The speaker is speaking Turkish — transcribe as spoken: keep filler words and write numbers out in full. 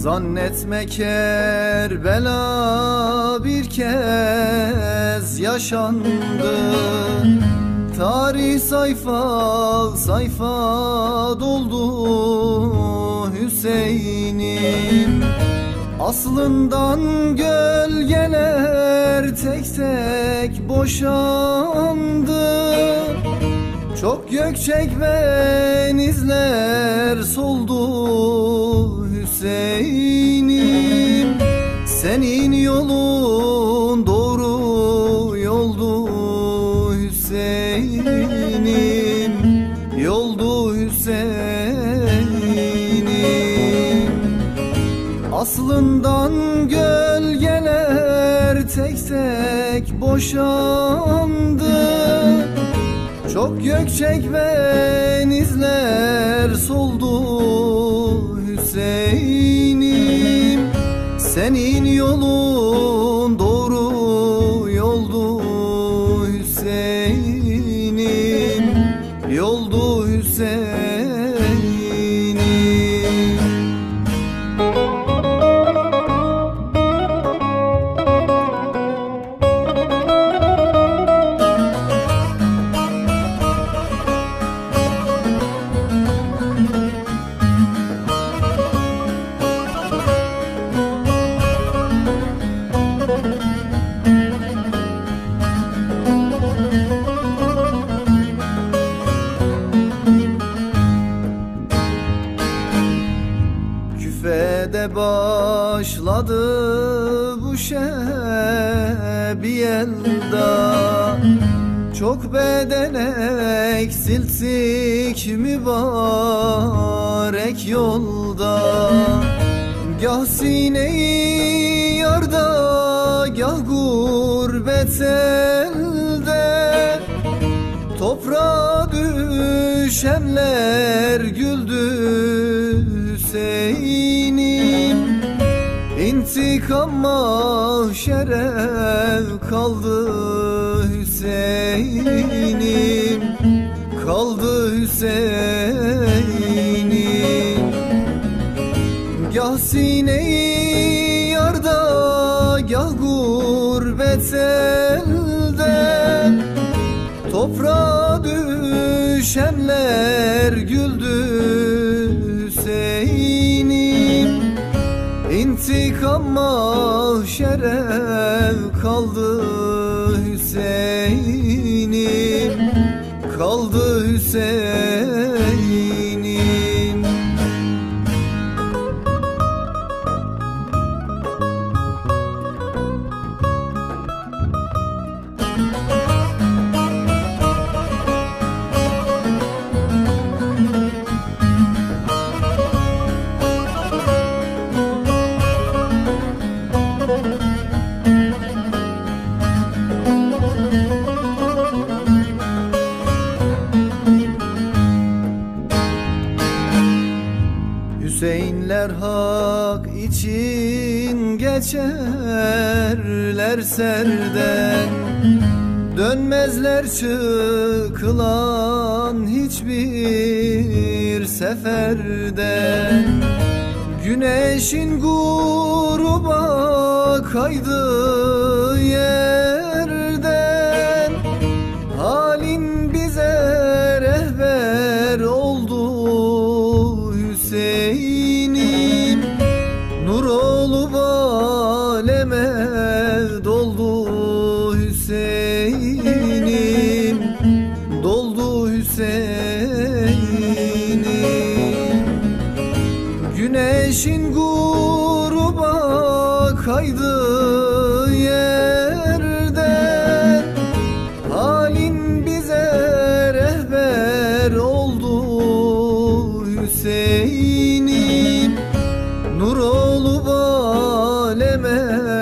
Zannetme Kerbela bir kez yaşandı. Tarih sayfa sayfa doldu Hüseyin'im. Aslından gölgeler tek tek boşandı. Çok gökçek benizler soldu Hüseyin'im. Senin yolun doğru yoldu Hüseyin'im, yoldu Hüseyin'im. Aslından gölgeler tek tek boşandı. Çok gökçek benizler soldu Hüseyin'im. Senin yolun doğru yoldu Hüseyin'im, yoldu Hüseyin'im. Küfede başladı bu şebiyelda. Çok beden eksilttik mübarek yolda. Gah sineyi yarda, gah gurbet elde. Toprağa düşenler güldü Hüseyin'im. İntikam mahşere kaldı Hüseyin'im, kaldı Hüseyin'im. Gah sineyi yarda, gah gurbet elde. Toprağa düşenler güldü Hüseyin'im. İntikam mahşere kaldı Hüseyin'im, kaldı Hüseyin'im. Hüseyinler hak için geçerler serden. Dönmezler çıkılan hiçbir seferden. Güneşin gruba kaydığı yerden. Halin bize rehber oldu Hüseyin'im. Nur olup aleme doldu Hüseyin'im, doldu Hüseyin'im. Güneşin gruba kaydığı yerden. Halin bize rehber oldu Hüseyin'im. Nur olup aleme